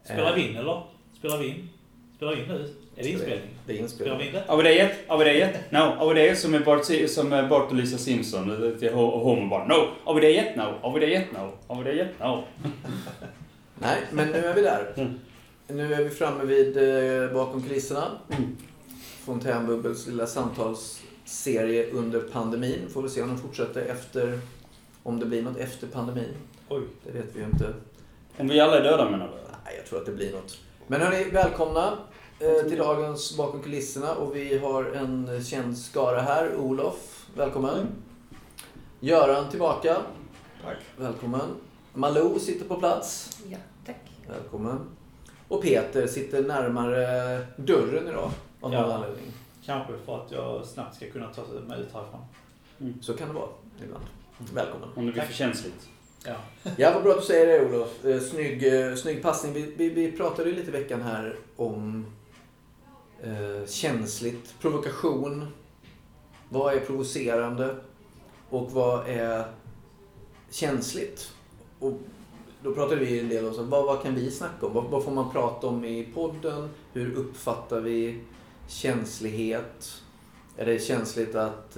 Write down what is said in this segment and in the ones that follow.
Spelar vi in eller? Spelar vi in nu? Är det inspelning? Det är inspelning. Spelar vi in det? Over there yet? No. Over there som Bart och Lisa Simpson. Till Homer bara, no. Over there yet? No. Over there yet? No. Over there yet? No. Nej, men nu är vi där. Nu är vi framme vid bakom kulisserna. Fontänbubbels lilla samtalsserie under pandemin. Får vi se om den fortsätter efter, om det blir något efter pandemin. Oj. Det vet vi ju inte. Om vi alla är döda menar du? Nej, jag tror att det blir något. Men hörni, välkomna till dagens bakom kulisserna. Och vi har en känd skara här. Olof, välkommen. Göran tillbaka. Tack. Välkommen. Malou sitter på plats. Ja, tack. Välkommen. Och Peter sitter närmare dörren idag. Av någon anledning. Kanske för att jag snabbt ska kunna ta mig ut härifrån. Så kan det vara ibland. Välkommen. Om det blir för känsligt. Ja, vad bra att du säger det, Olof. Snygg passning. Vi pratade ju lite i veckan här om känsligt, provokation. Vad är provocerande och vad är känsligt? Och då pratade vi en del om så, vad kan vi snacka om? Vad får man prata om i podden? Hur uppfattar vi känslighet? Är det känsligt att...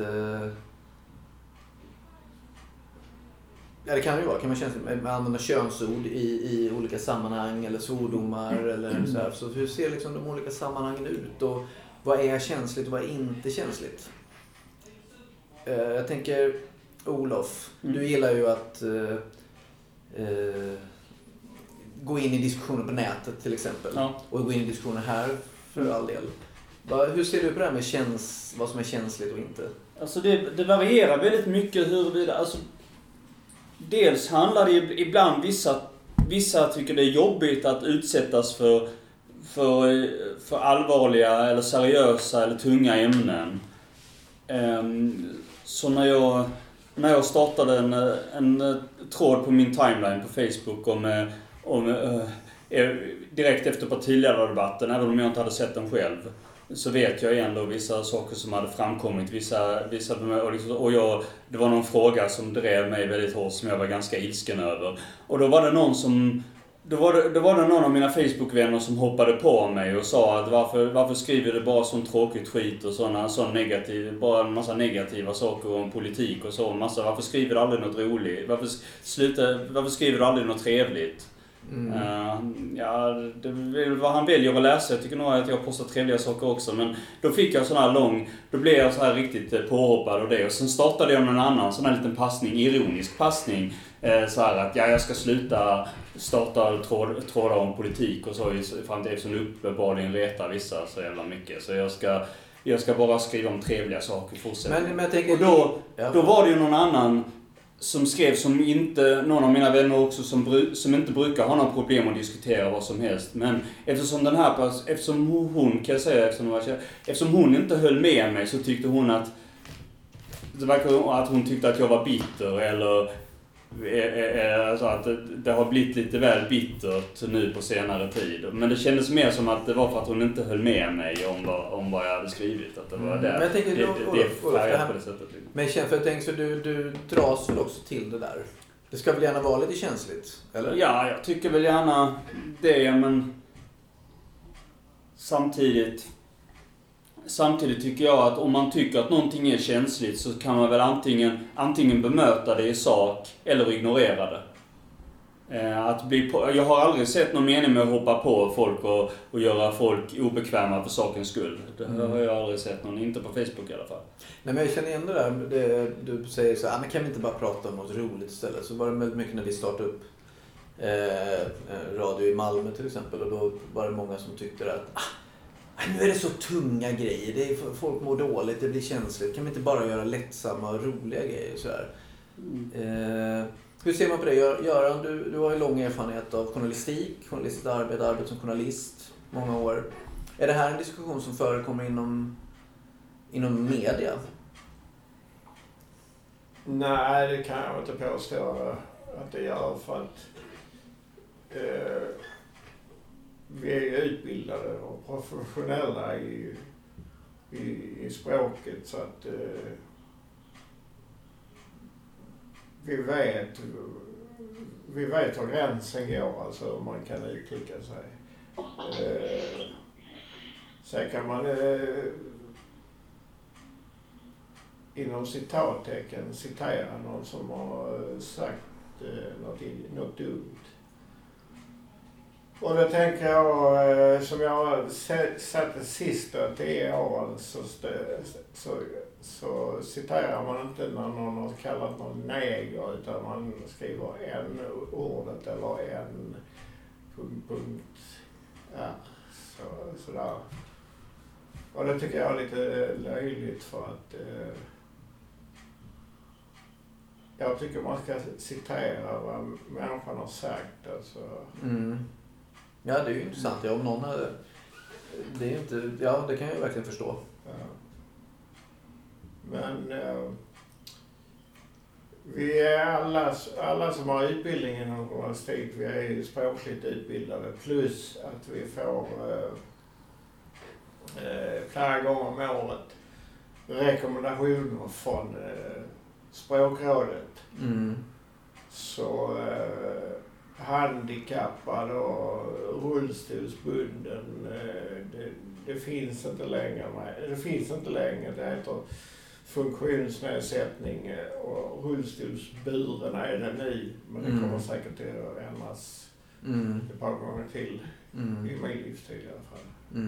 Ja, det kan ju vara. Kan man använda könsord i olika sammanhang eller svordomar eller så här. Så hur ser liksom de olika sammanhangen ut? Och vad är känsligt och vad är inte känsligt? Jag tänker, Olof, du gillar ju att gå in i diskussioner på nätet till exempel. Ja. Och gå in i diskussioner här för all del. Hur ser du på det här med vad som är känsligt och inte? Alltså det varierar väldigt mycket huruvida... Alltså, dels handlar det ibland vissa tycker det är jobbigt att utsättas för allvarliga eller seriösa eller tunga ämnen. Så när jag startade en tråd på min timeline på Facebook om direkt efter partiledardebatten, även om jag inte hade sett den själv, så vet jag ändå vissa saker som hade framkommit, det var någon fråga som drev mig väldigt hårt som jag var ganska ilsken över. Och då var det någon av mina Facebook-vänner som hoppade på mig och sa att varför skriver du bara sån tråkigt skit och bara en massa negativa saker om politik och så, varför skriver du aldrig något roligt? Varför skriver du aldrig något trevligt? Det är vad han väljer att läsa. Jag tycker nog att jag postar trevliga saker också. Men då fick jag sån här då blev jag så här riktigt påhoppad och det. Och sen startade jag med en annan sån här liten passning, ironisk passning. Så här att jag ska sluta starta trådar om politik och så. Fram till som uppenbarligen retar vissa så jävla mycket. Så jag ska bara skriva om trevliga saker fortsättningen. Men jag tänker, och då var det ju någon annan som skrev, som inte, någon av mina vänner också som inte brukar ha några problem att diskutera vad som helst. Men eftersom hon inte höll med mig så tyckte hon att det verkar att hon tyckte att jag var bitter eller alltså att det har blivit lite väl bittert nu på senare tid. Men det kändes mer som att det var för att hon inte höll med mig om vad jag hade skrivit. Att det var där. Men jag tänker, det på det sättet. Men jag tänker så du dras väl också till det där? Det ska väl gärna vara lite känsligt, eller? Ja, jag tycker väl gärna det, men samtidigt tycker jag att om man tycker att någonting är känsligt så kan man väl antingen bemöta det i sak eller ignorera det. Jag har aldrig sett någon mening med att hoppa på folk och göra folk obekväma för sakens skull. Det har jag aldrig sett någon, inte på Facebook i alla fall. Nej, men jag känner igen det där. Du säger så här, men kan vi inte bara prata om något roligt istället? Så var det väldigt mycket när vi startade upp radio i Malmö till exempel. Och då var det många som tyckte att nu är det så tunga grejer. Folk mår dåligt, det blir känsligt. Kan vi inte bara göra lättsamma och roliga grejer så här? Hur ser man på det? Göran, du har ju lång erfarenhet av journalistik, journalistiskt arbete som journalist, många år. Är det här en diskussion som förekommer inom media? Nej, det kan jag inte påstå att det gör, för att vi är utbildade och professionella i språket, så att vi vet vi vet var gränsen går, alltså om man kan uttrycka sig. Sen kan man inom citattecken citera någon som har sagt något dumt. Och då tänker jag, som jag har sett de sista 10 åren så citerar man inte när någon har kallat någon neger, utan man skriver en ordet eller en punkt. Ja, sådär. Och det tycker jag är lite löjligt, för att jag tycker man ska citera vad människan har sagt. Alltså. Ja, det är ju intressant. Ja, om någon är, det är inte, ja, det kan jag verkligen förstå. Ja. Men vi är alla som har utbildning inom journalistik, vi är ju språkligt utbildade, plus att vi får flera gånger om året rekommendationer från Språkrådet. Så handikappade och rullstolsbunden, det finns inte längre. Det heter funktionsnedsättning och rullstolsburen är det nu, men det kommer säkert att ändras ett par gånger till i min livstid i alla fall.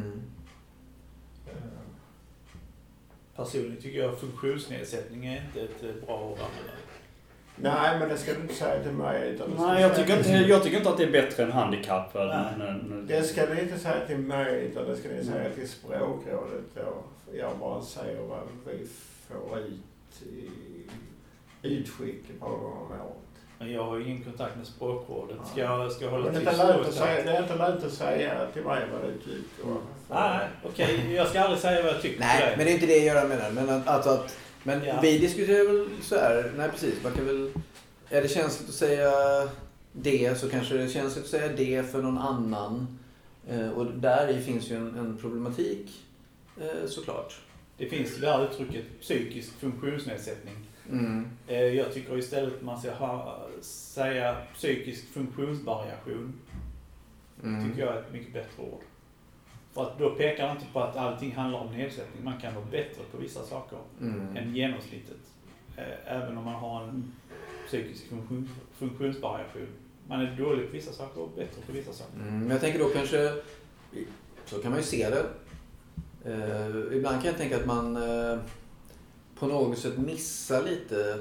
Personligen tycker jag funktionsnedsättning är inte ett bra ord. Nej, men det ska du inte säga till mig. Nej, jag tycker inte att det är bättre än handikappad. Det ska du inte säga till mig, utan det ska ni säga till Språkrådet. Jag bara säger vad vi får ut i utskick ett par gånger om året. Men jag har ju ingen kontakt med Språkrådet. Ska jag hålla tyst? Det är inte lönt att säga till mig vad du tycker. Nej, okej. Jag ska aldrig säga vad jag tycker. Nej, men det är inte det jag menar. Men vi diskuterar väl så här. Nej, precis. Man kan väl, är det känsligt att säga det, så kanske det är känsligt att säga det för någon annan. Och där finns ju en problematik, såklart. Det finns det här uttrycket psykisk funktionsnedsättning. Jag tycker istället man ska säga psykisk funktionsvariation. Tycker jag är ett mycket bättre ord. För att då pekar det inte på att allting handlar om nedsättning. Man kan vara bättre på vissa saker än genomsnittet. Även om man har en psykisk funktionsvariation. Man är dålig på vissa saker och bättre på vissa saker. Men jag tänker då kanske, så kan man ju se det. Ibland kan jag tänka att man på något sätt missar lite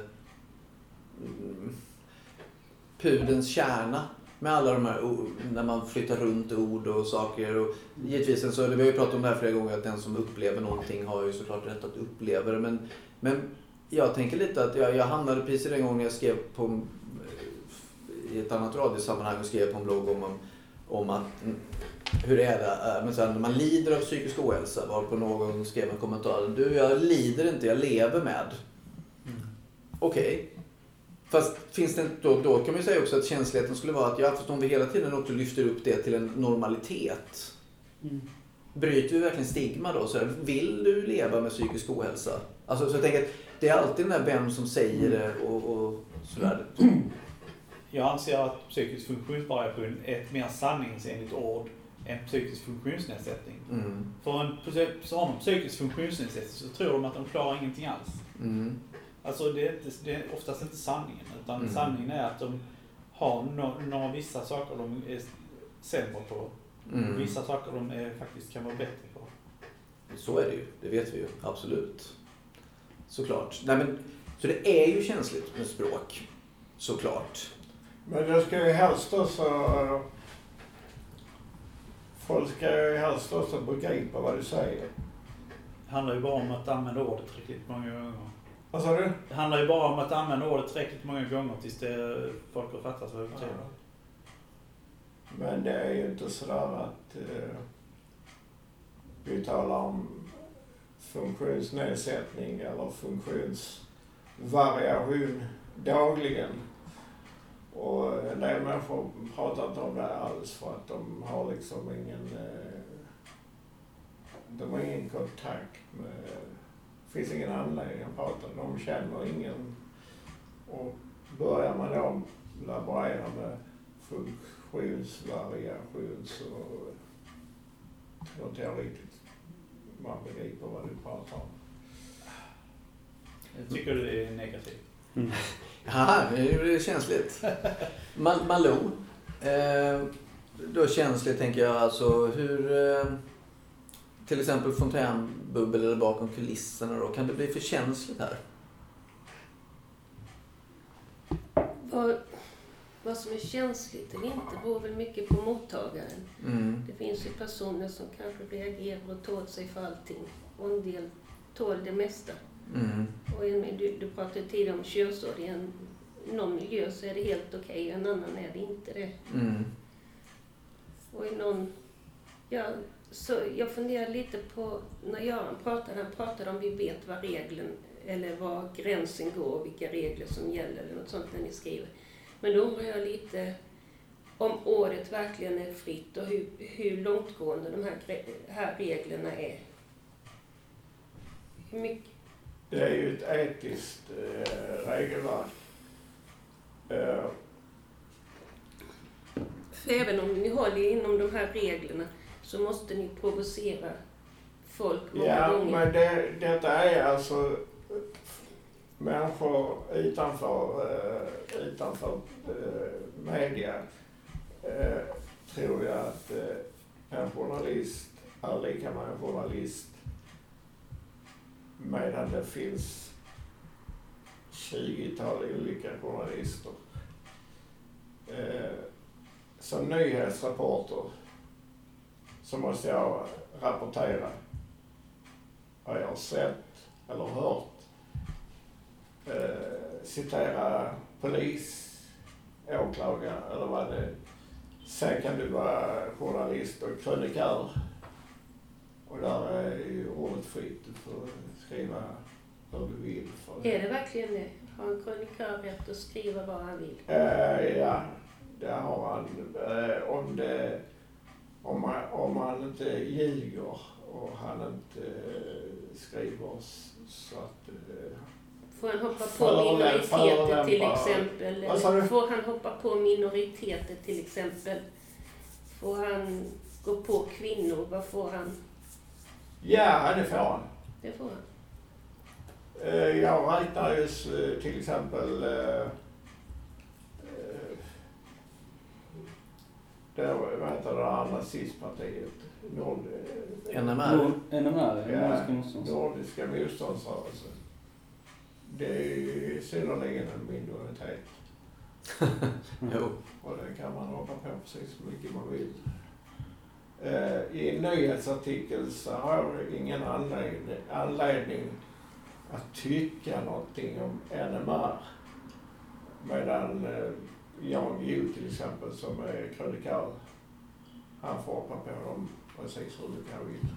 pudelns kärna med alla de här, när man flyttar runt ord och saker. Och givetvis, så, vi har ju pratat om det här flera gånger, att den som upplever någonting har ju såklart rätt att uppleva det. Men jag tänker lite att jag hamnade precis den gången jag skrev i ett annat radiosammanhang och skrev på en blogg om att hur är det men sen när man lider av psykisk ohälsa, var på någon skrev en kommentar: du, jag lider inte, jag lever med. Okej. Fast finns det då kan man ju säga också att känsligheten skulle vara att fast om vi hela tiden också lyfter upp det till en normalitet, bryter vi verkligen stigma då? Så här, vill du leva med psykisk ohälsa? Alltså, så jag tänker att det är alltid den där vem som säger det och sådär. Jag anser att psykisk funktionsvariation är ett mer sanningsenligt ord än psykisk funktionsnedsättning. För har man psykisk funktionsnedsättning så tror de att de klarar ingenting alls. Alltså det är oftast inte sanningen, utan sanningen är att de har några vissa saker de är sämre på. Vissa saker de faktiskt kan vara bättre på. Så är det ju, det vet vi ju, absolut. Såklart. Nej, men, så det är ju känsligt med språk, såklart. Men det ska ju helst också, folk ska ju helst också begripa vad du säger. Det handlar ju bara om att använda ordet tillräckligt många gånger. Vad sa du? Det handlar ju bara om att använda ordet tillräckligt många gånger tills folk har fattat vad det betyder. Men det är ju inte sådär att vi talar om funktionsnedsättning eller funktionsvariation dagligen. Och en del människor pratar inte om det alls för att de har liksom de har ingen kontakt med, det finns ingen anledning att prata, de känner ingen. Och börjar man då laborera med funktionsvariation så tror inte jag riktigt man begriper vad du pratar om. Jag tycker det är negativt. Ja, det är känsligt. Malou, då känsligt tänker jag alltså hur till exempel fontänbubbel eller bakom kulisserna då, kan det bli för känsligt här? Vad som är känsligt eller inte beror väl mycket på mottagaren. Det finns ju personer som kanske reagerar och tål sig för allting. Och en del tål det mesta. Och du pratade tidigare om könsord. I någon miljö så är det helt okej, en annan är det inte det. Och i någon... Ja, så jag funderar lite på, när Göran pratade om vi vet vad regeln eller var gränsen går, vilka regler som gäller eller något sånt när ni skriver. Men då undrar jag lite om ordet verkligen är fritt och hur långtgående de här reglerna är. Hur mycket? Det är ju ett etiskt regelverk. För även om ni håller inom de här reglerna så måste ni provocera folk många gånger. Ja, men detta är alltså människor utanför media tror jag att en journalist är lika med en journalist medan det finns 20-tal olika journalister. Som nyhetsreporter så måste jag rapportera vad jag har sett eller hört. Citera polis, åklagare eller vad det är. Sen kan du vara journalist och krönikör. Och där är ju ordet fritt. Du får skriva hur du vill. Är det verkligen det? Har en krönikör rätt att skriva vad han vill? Ja, det har han. Om han inte ljuger och han inte skriver så att... Får han hoppa på minoriteter till exempel? Eller får han hoppa på minoriteter till exempel? Får han gå på kvinnor? Vad får han? Ja, det får han. Det får han. Jag räknar just till exempel det vad heter det andra nazistpartiet? NMR? Nordiska motståndsrörelsen. Det är ju synnerligen en minoritet. Jo. Och det kan man hoppa på precis så mycket man vill. I en nyhetsartikel så har jag ingen anledning att tycka någonting om NMR. Medan Jan Guillou till exempel som är krönikör, han får hoppa på dem precis hur du kan vill.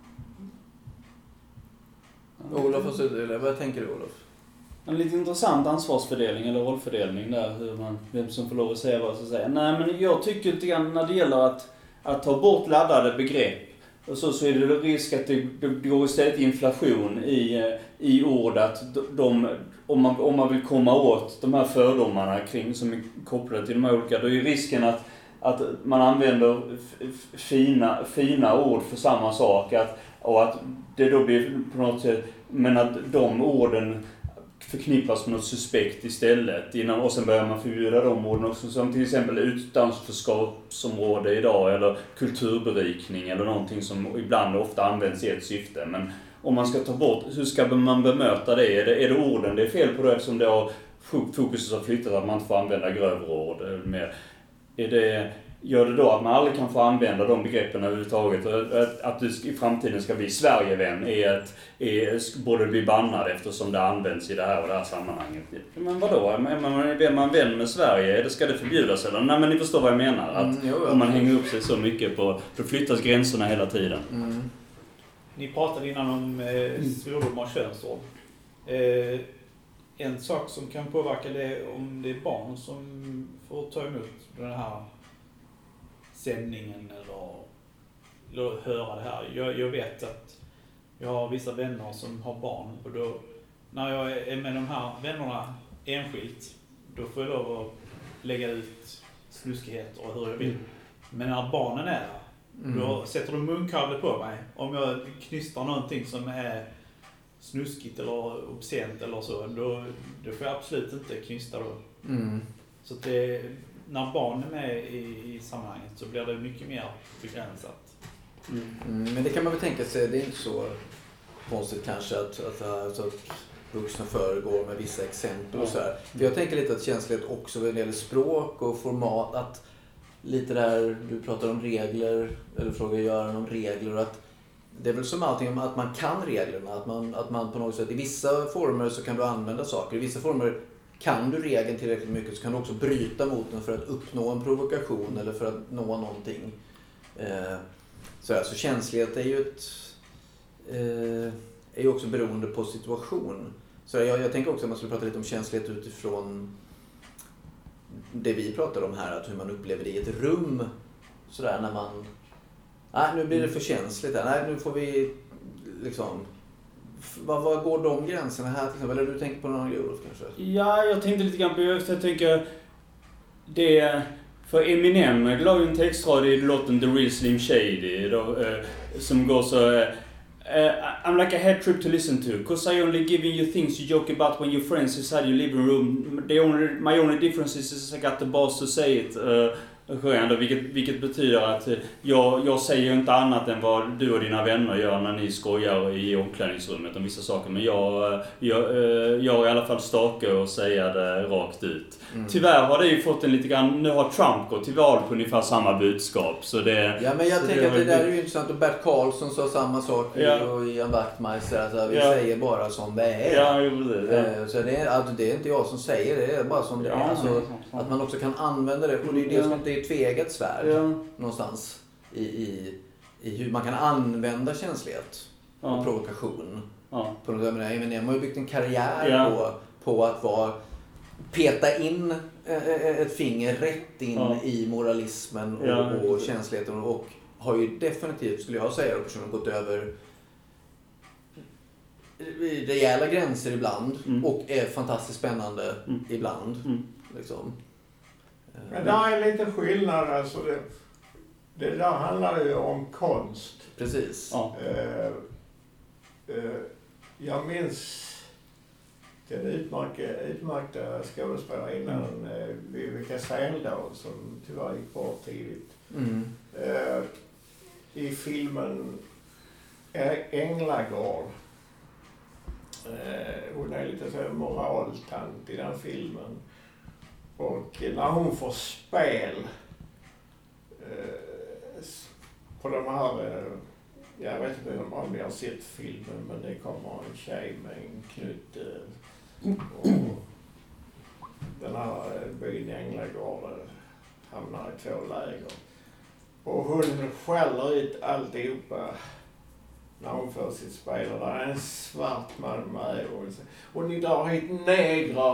Olof, vad tänker du Olof? En lite intressant ansvarsfördelning eller rollfördelning där, vem som får lov att säga vad som säger. Nej, men jag tycker lite grann när det gäller att ta bort laddade begrepp och så är det risk att det går istället inflation i ord att om man vill komma åt de här fördomarna kring som är kopplade till de här olika, då är risken att man använder fina ord för samma sak och att det då blir på något sätt, men att de orden förknippas med något suspekt istället och sen börjar man förbjuda de orden också, som till exempel utanförskapsområde idag eller kulturberikning eller någonting som ibland ofta används i ett syfte. Men om man ska ta bort, hur ska man bemöta det? Är det orden det är fel på det eftersom det har fokuset har flyttat att man inte får använda grövre ord mer? Gör det då att man aldrig kan få använda de begreppen överhuvudtaget? Att du i framtiden ska bli Sverigevän borde bli bannad eftersom det används i det här och det här sammanhanget. Men vadå? Är man vän med Sverige? Ska det förbjudas eller? Nej, men ni förstår vad jag menar. Att om man hänger upp sig så mycket på, då flyttas gränserna hela tiden. Ni pratade innan om svordomar och könsord. En sak som kan påverka det om det är barn som får ta emot den här sändningen eller höra det här. Jag vet att jag har vissa vänner som har barn och då när jag är med de här vännerna enskilt, då får jag lov att lägga ut snuskigheter och hur jag vill. Men när barnen är där, då sätter de munkavle på mig. Om jag knystar någonting som är snuskigt eller obscent eller så, då får jag absolut inte knysta då. Så att när barn är med i sammanhanget så blir det mycket mer begränsat. Men det kan man väl tänka sig, det är inte så konstigt kanske att vuxna föregår med vissa exempel och så här. För jag tänker lite att känslighet också när det gäller språk och format, att lite där du pratar om regler, eller frågar Göran om regler, och att det är väl som allting att man kan reglerna, att man på något sätt i vissa former så kan du använda saker, i vissa former kan du regeln tillräckligt mycket så kan du också bryta mot den för att uppnå en provokation eller för att nå någonting. Så känslighet är ju är ju också beroende på situation. Så jag tänker också att man skulle prata lite om känslighet utifrån det vi pratar om här, att hur man upplever det i ett rum. Sådär när man, nu blir det för känsligt här. Nu får vi liksom, vad går de gränserna här till exempel? Eller du tänker på någon annan grej kanske? Ja, jag tänkte lite grann på just, jag tänker det, för Eminem la ju en textrad i låten The Real Slim Shady då, som går så I'm like a head trip to listen to, cause I only giving you things you joke about when your friends inside your living room. My only difference is I got the balls to say it. Vilket betyder att jag säger inte annat än vad du och dina vänner gör när ni skojar i omklädningsrummet om vissa saker. Men jag är i alla fall staka och säga det rakt ut. Tyvärr har det ju fått en lite grann, nu har Trump gått till val på ungefär samma budskap. Så det, ja, men jag tänker att det där är ju intressant, och Bert Karlsson sa samma sak och Ian Wachtmeister, alltså, vi säger bara som det är. Så det är inte jag som säger det, är bara som det är. Alltså, att man också kan använda det, och det är det som inte är tvegat svärd någonstans i hur man kan använda känslighet och provokation. På något sätt. Jag har ju byggt en karriär på att peta in ett finger rätt in i moralismen och känsligheten, och har ju definitivt, skulle jag säga, personen gått över rejäla gränser ibland och är fantastiskt spännande ibland. Liksom. Men det är lite skillnad, alltså det där handlar ju om konst. Precis. Jag minns den utmärkta skådespelarinnan Vivica Säldal som tyvärr gick bort tidigt. I filmen Änglagård. Hon är lite så moraltant i den filmen. Och när hon får spel på de här, jag vet inte om ni har sett filmen, men det kommer en tjej med en knutte och den här byn Änglagård hamnar i 2 läger. Och hon skäller ut alltihopa när hon får sitt spel, och där är en svart man med och ni drar hit negrar.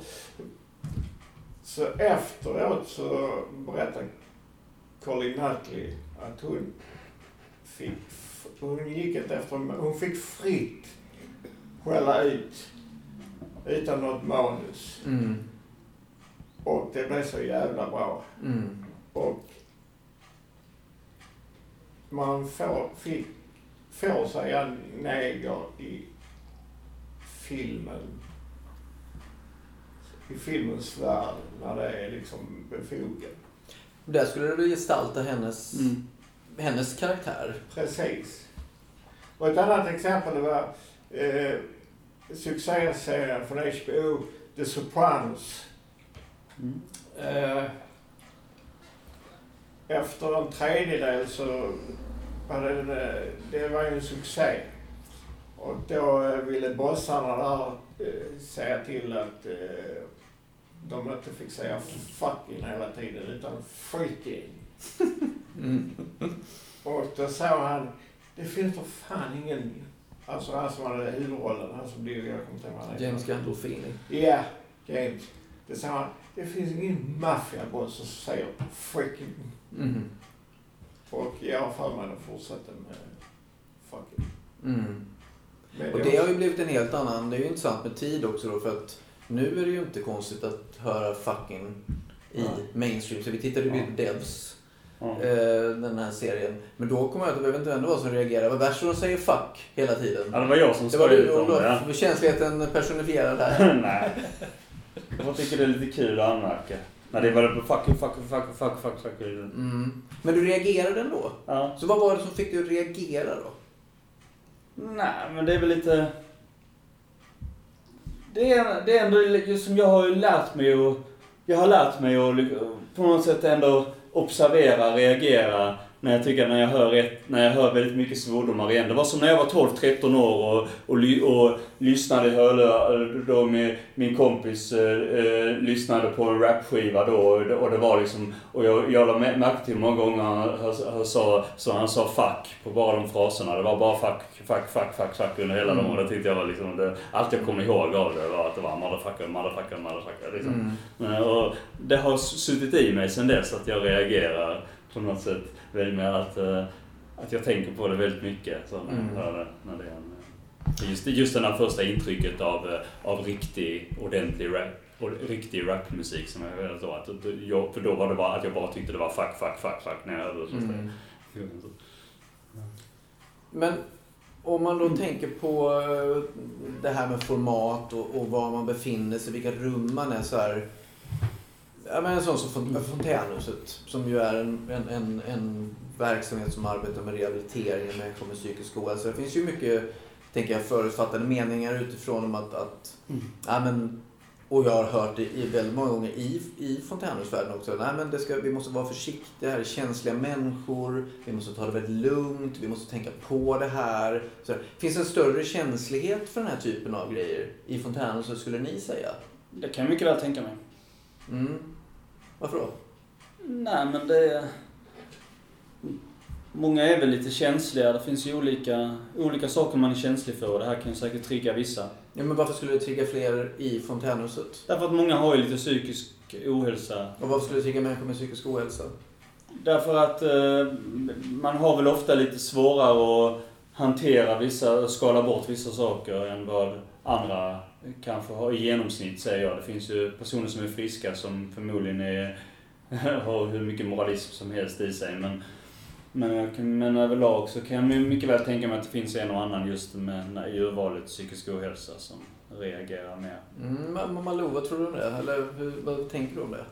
Så efteråt så berättar Colin Nutley att hon gick inte efter, hon fick fritt skälla ut utan något manus. Och det blev så jävla bra. Och man får säga neger i filmens värld när det är liksom befogat. Där skulle du väl gestalta hennes karaktär. Precis. Och ett annat exempel var succéserien från HBO, The Sopranos. Efter en tredjedel så var det var ju en succé. Och då ville bossarna där säga till att de inte fick säga fucking hela tiden utan freaking. Och då sa han, det finns för fan ingen, alltså han som hade huvudrollen, han som blev, jag kommer inte ihåg. James Gandolfini. Ja, James. Det sa han, det finns ingen maffiaboss som säger freaking. Och jag har för mig att fortsätta med fucking. Och det har ju blivit en helt annan, det är ju intressant med tid också då, för att nu är det ju inte konstigt att höra fucking i mainstream. Så vi tittade ju på Devs. Den här serien. Men då kom jag att jag vet inte vem det var som reagerade. Det var värst som säger fuck hela tiden. Ja, det var jag som skojade lite om det. Ja. Känsligheten personifierad här. Nej. Jag tycker det är lite kul att anmärka. När det var på fuck. Men du reagerade ändå? Ja. Så vad var det som fick dig att reagera då? Nej, men det är väl lite... Det är ändå just som jag har lärt mig och... Jag har lärt mig att på något sätt ändå observera, reagera när jag hör väldigt mycket svordomar igen. Det var som när jag var 12-13 år och lyssnade då med min kompis lyssnade på en rapskiva då och det var liksom och jag märkte till många gånger han sa fuck på bara de fraserna. Det var bara fuck under hela dem och det tyckte jag var liksom allt jag kom ihåg av det var att det var motherfucker liksom. Och det har suttit i mig sen dess att jag reagerar på något sätt väldigt med att jag tänker på det väldigt mycket så när jag hör det, när det är just det här första intrycket av riktig rapmusik som jag hörde då för då var det bara att jag bara tyckte det var fuck när jag hörde det så. Men om man då tänker på det här med format och var man befinner sig, vilka rum man är så här. Ja, men en sån som Fontänhuset som ju är en verksamhet som arbetar med rehabilitering med människor med psykisk ohälsa. Det finns ju mycket, tänker jag, förutfattade meningar utifrån om att ja, men, och jag har hört det väldigt många gånger i Fontänhusvärlden också. Nej, men vi måste vara försiktiga, här är känsliga människor, vi måste ta det väldigt lugnt, vi måste tänka på det här. Så det finns en större känslighet för den här typen av grejer i Fontänhuset, skulle ni säga? Det kan jag mycket väl tänka mig. Varför då? Nej, men många är väl lite känsliga. Det finns ju olika saker man är känslig för och det här kan ju säkert trigga vissa. Ja, men varför skulle det trigga fler i Fontänhuset? Därför att många har ju lite psykisk ohälsa. Och varför skulle det trigga människor med psykisk ohälsa? Därför att man har väl ofta lite svårare att hantera och skala bort vissa saker än vad andra kanske har i genomsnitt, säger jag. Det finns ju personer som är friska som förmodligen har hur mycket moralism som helst i sig. Men överlag så kan jag mycket väl tänka mig att det finns en och annan just med i urvalet psykisk ohälsa som reagerar mer. Malou, vad tror du om det? Eller vad tänker du om det?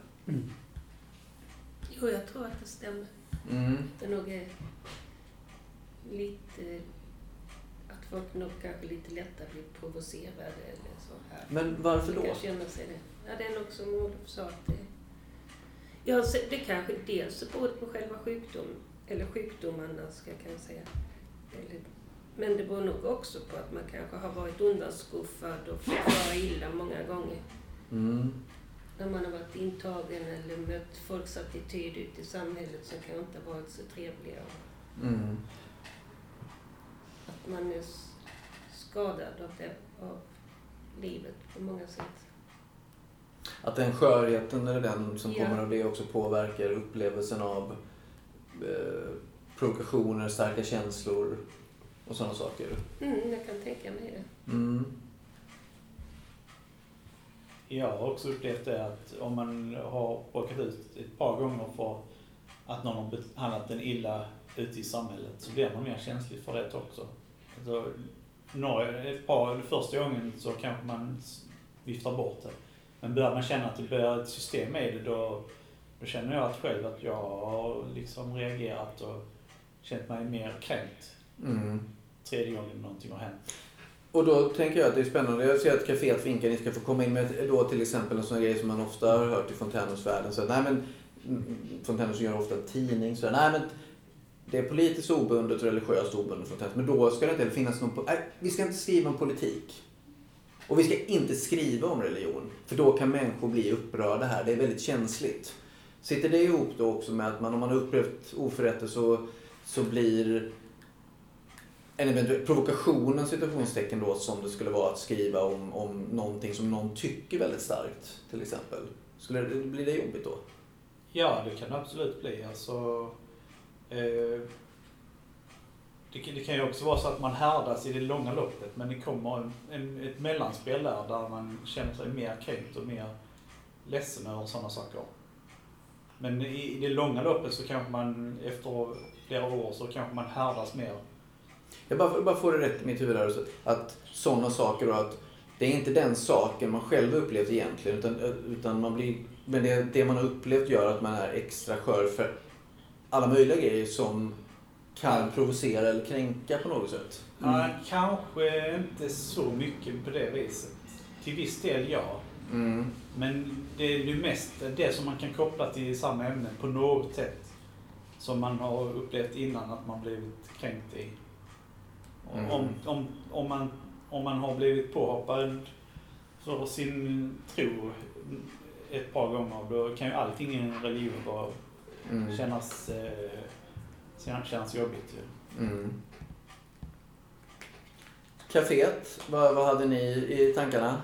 Jo, jag tror att det stämmer. Det nog är lite... Att folk nog kanske lite lättare blir provocerade eller så här. Men varför då? Kan känna sig det. Ja, det är nog som Olof sa att det kanske dels beror på själva sjukdomarna kan jag säga. Men det beror nog också på att man kanske har varit undanskuffad och fått vara illa många gånger. När man har varit intagen eller mött folks attityd ute i samhället som kan inte ha varit så trevliga. Att man är skadad av livet på många sätt. Att den skörheten eller den som kommer av det också påverkar upplevelsen av provokationer, starka känslor och sådana saker. Jag kan tänka mig det. Jag har också upplevt det att om man har råkat ut ett par gånger för att någon har behandlat en illa ute i samhället så blir man mer känslig för det också. Alltså, första gången så kanske man viftar bort det. Men börjar man känna att det blir ett system i det då känner jag att själv att jag har liksom reagerat och känt mig mer kränkt. Tredje gången någonting har hänt. Och då tänker jag att det är spännande. Jag ser att Caféet vinkar, ni ska få komma in med då till exempel en sån grej som man ofta har hört i Fontänhusvärlden. Så nej men Fontänhus gör ofta tidning så nej men det är politiskt obundet och religiöst obundet Fontänhus. Men då ska det inte finnas någon vi ska inte skriva om politik. Och vi ska inte skriva om religion. För då kan människor bli upprörda här. Det är väldigt känsligt. Sitter det ihop då också med att om man har upplevt oförrätter så blir en eventuell provokationen situationstecken då som det skulle vara att skriva om någonting som någon tycker väldigt starkt till exempel. Blir det jobbigt då? Ja, det kan det absolut bli. Alltså, det kan ju också vara så att man härdas i det långa loppet men det kommer ett mellanspel där man känner sig mer kränkt och mer ledsen över sådana saker. Men i det långa loppet så kanske man efter flera år så kanske man härdas mer. Jag bara får det rätt i mitt huvud här. Att sådana saker och att det är inte den saken man själv upplevt egentligen. Utan man blir, men det man har upplevt gör att man är extra skör för alla möjliga grejer som kan provocera eller kränka på något sätt. Ja, kanske inte så mycket på det viset. Till viss del ja. Men det är ju mest det som man kan koppla till samma ämne på något sätt. Som man har upplevt innan att man blivit kränkt i. Om man har blivit påhoppad för sin tro ett par gånger, då kan ju allting i en religion bara kännas jobbigt. Caféet, vad hade ni i tankarna?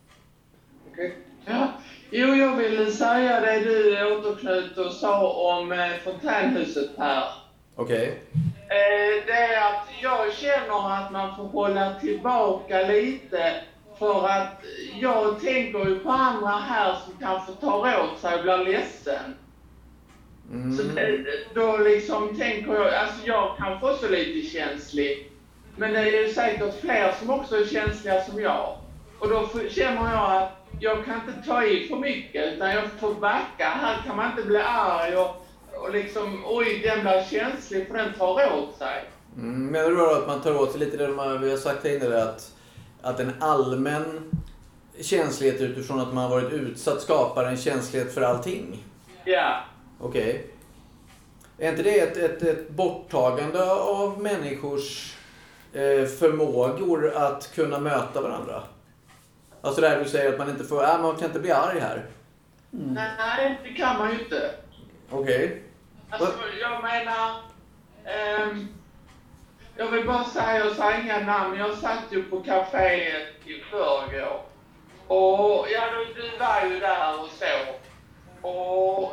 Ja, jag ville säga det du återknöt och sa om fontänhuset här. Okej. Det är att jag känner att man får hålla tillbaka lite för att jag tänker ju på andra här som kanske tar åt sig och blir ledsen. Så då liksom tänker jag, alltså jag kanske också lite känslig, men det är ju säkert fler som också är känsliga som jag. Och då känner jag att jag kan inte ta i för mycket utan jag får backa. Här kan man inte bli arg och liksom, oj, den blir känslig för den tar åt sig. Menar du då att man tar åt sig lite det vi har sagt här inne, att en allmän känslighet utifrån att man har varit utsatt skapar en känslighet för allting? Ja. Okej. Är inte det ett borttagande av människors förmågor att kunna möta varandra? Alltså det här du säger att man inte får, man kan inte bli arg här. Nej, det kan man ju inte. Okej. Alltså, jag menar, jag vill bara säga, jag sa inga namn, jag satt ju på kaféet i förrgår. Och ja, du var ju där och så. Och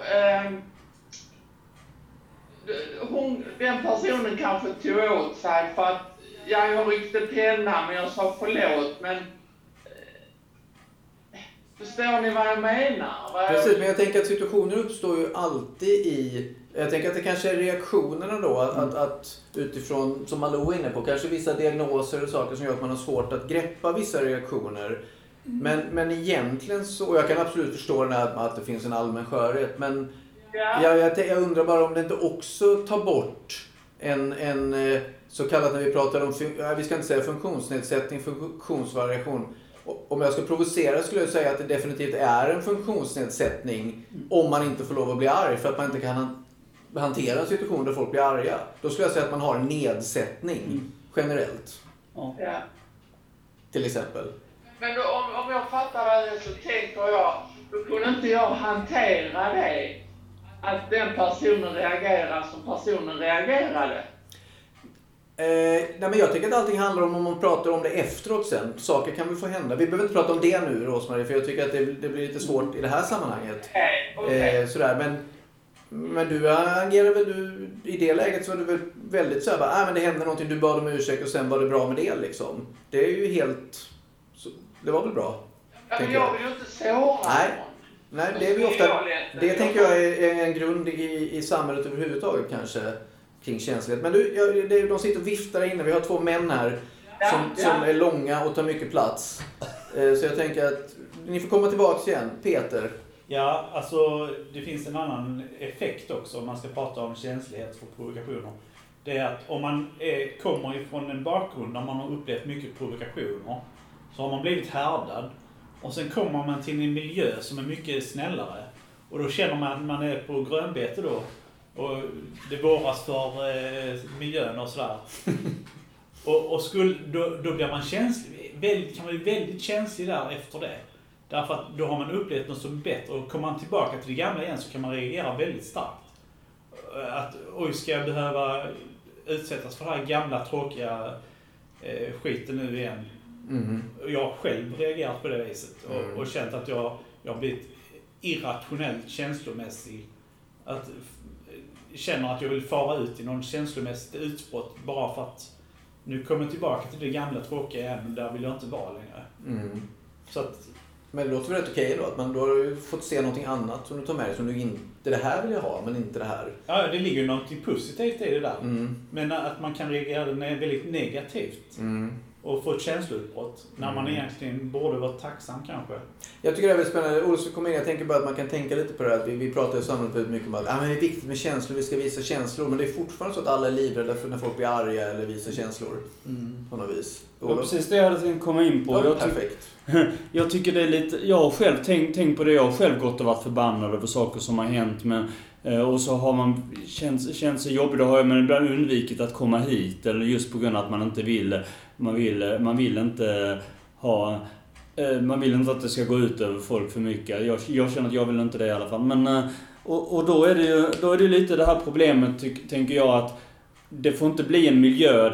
den personen kanske tog åt sig för att jag ryckte penna, men jag sa förlåt, men förstår ni vad jag menar? Precis, men jag tänker att situationer uppstår ju alltid jag tänker att det kanske är reaktionerna då, att utifrån, som Malou är inne på, kanske vissa diagnoser och saker som gör att man har svårt att greppa vissa reaktioner. Men egentligen så, och jag kan absolut förstå den här, att det finns en allmän skörhet, men jag undrar bara om det inte också tar bort en så kallat, när vi pratar om, vi ska inte säga funktionsnedsättning, funktionsvariation. Om jag ska provocera skulle jag säga att det definitivt är en funktionsnedsättning om man inte får lov att bli arg för att man inte kan hantera en situation där folk blir arga. Då skulle jag säga att man har en nedsättning generellt. Ja. Till exempel. Men då, om jag fattar det så tänker jag, då kunde inte jag hantera det. Att den personen reagerar som personen reagerade. Nej, men jag tycker att allting handlar om man pratar om det efteråt sen. Saker kan väl få hända. Vi behöver inte prata om det nu, Rosmarie, för jag tycker att det blir lite svårt i det här sammanhanget. Okay. Sådär, men du agerar väl, i det läget så var du väl väldigt såhär, men det hände någonting, du bad om ursäkt och sen var det bra med det liksom. Det är ju helt, det var väl bra. Ja, men jag vill ju inte såra. Nej, det är vi ofta, det tänker jag är en grund i samhället överhuvudtaget kanske. Kring känslighet. Men de sitter och viftar inne. Vi har 2 män här som är långa och tar mycket plats. Så jag tänker att ni får komma tillbaka igen. Peter. Ja, alltså det finns en annan effekt också om man ska prata om känslighet för provokationer. Det är att om man kommer ifrån en bakgrund där man har upplevt mycket provokationer, så har man blivit härdad. Och sen kommer man till en miljö som är mycket snällare. Och då känner man att man är på grönbete då. Och det våras för miljön och sådär. och då blir man känslig, kan man bli väldigt känslig där efter det. Därför att då har man upplevt något som är bättre. Och kommer man tillbaka till det gamla igen så kan man reagera väldigt starkt. Att oj, ska jag behöva utsättas för det här gamla tråkiga skiten nu igen. Jag har själv reagerat på det viset. Och känt att jag har blivit irrationellt känslomässig. Att känner att jag vill fara ut i någon känslomässigt utbrott bara för att nu kommer jag tillbaka till det gamla tråkiga igen, men där vill jag inte vara längre. Så att Men det låter väl rätt okej då, att man då har ju fått se någonting annat som du tar med dig, som du inte, det här vill jag ha, men inte det här. Ja, det ligger ju någonting positivt i det där. Men att man kan reagera väldigt negativt. Och få ett känsloutbrott. När man egentligen borde vara tacksam kanske. Jag tycker det är väldigt spännande. Olsson kom in, jag tänker bara att man kan tänka lite på det här. Vi pratar ju samtidigt väldigt mycket om att men det är viktigt med känslor, vi ska visa känslor. Men det är fortfarande så att alla är livrädda för när folk blir arga eller visar känslor. På något vis. Ja, precis det jag hade tänkt komma in på. Ja, perfekt. Jag tycker det är lite... Jag har själv tänkt på det. Jag har själv gått och varit förbannad över saker som har hänt. Men, och så har man känt sig jobbigt. Då har jag ibland undvikit att komma hit. Eller just på grund av att man inte vill... Man vill inte ha... Man vill inte att det ska gå ut över folk för mycket. Jag känner att jag vill inte det i alla fall. Men, och då är det ju lite det här problemet, tänker jag, att det får inte bli en miljö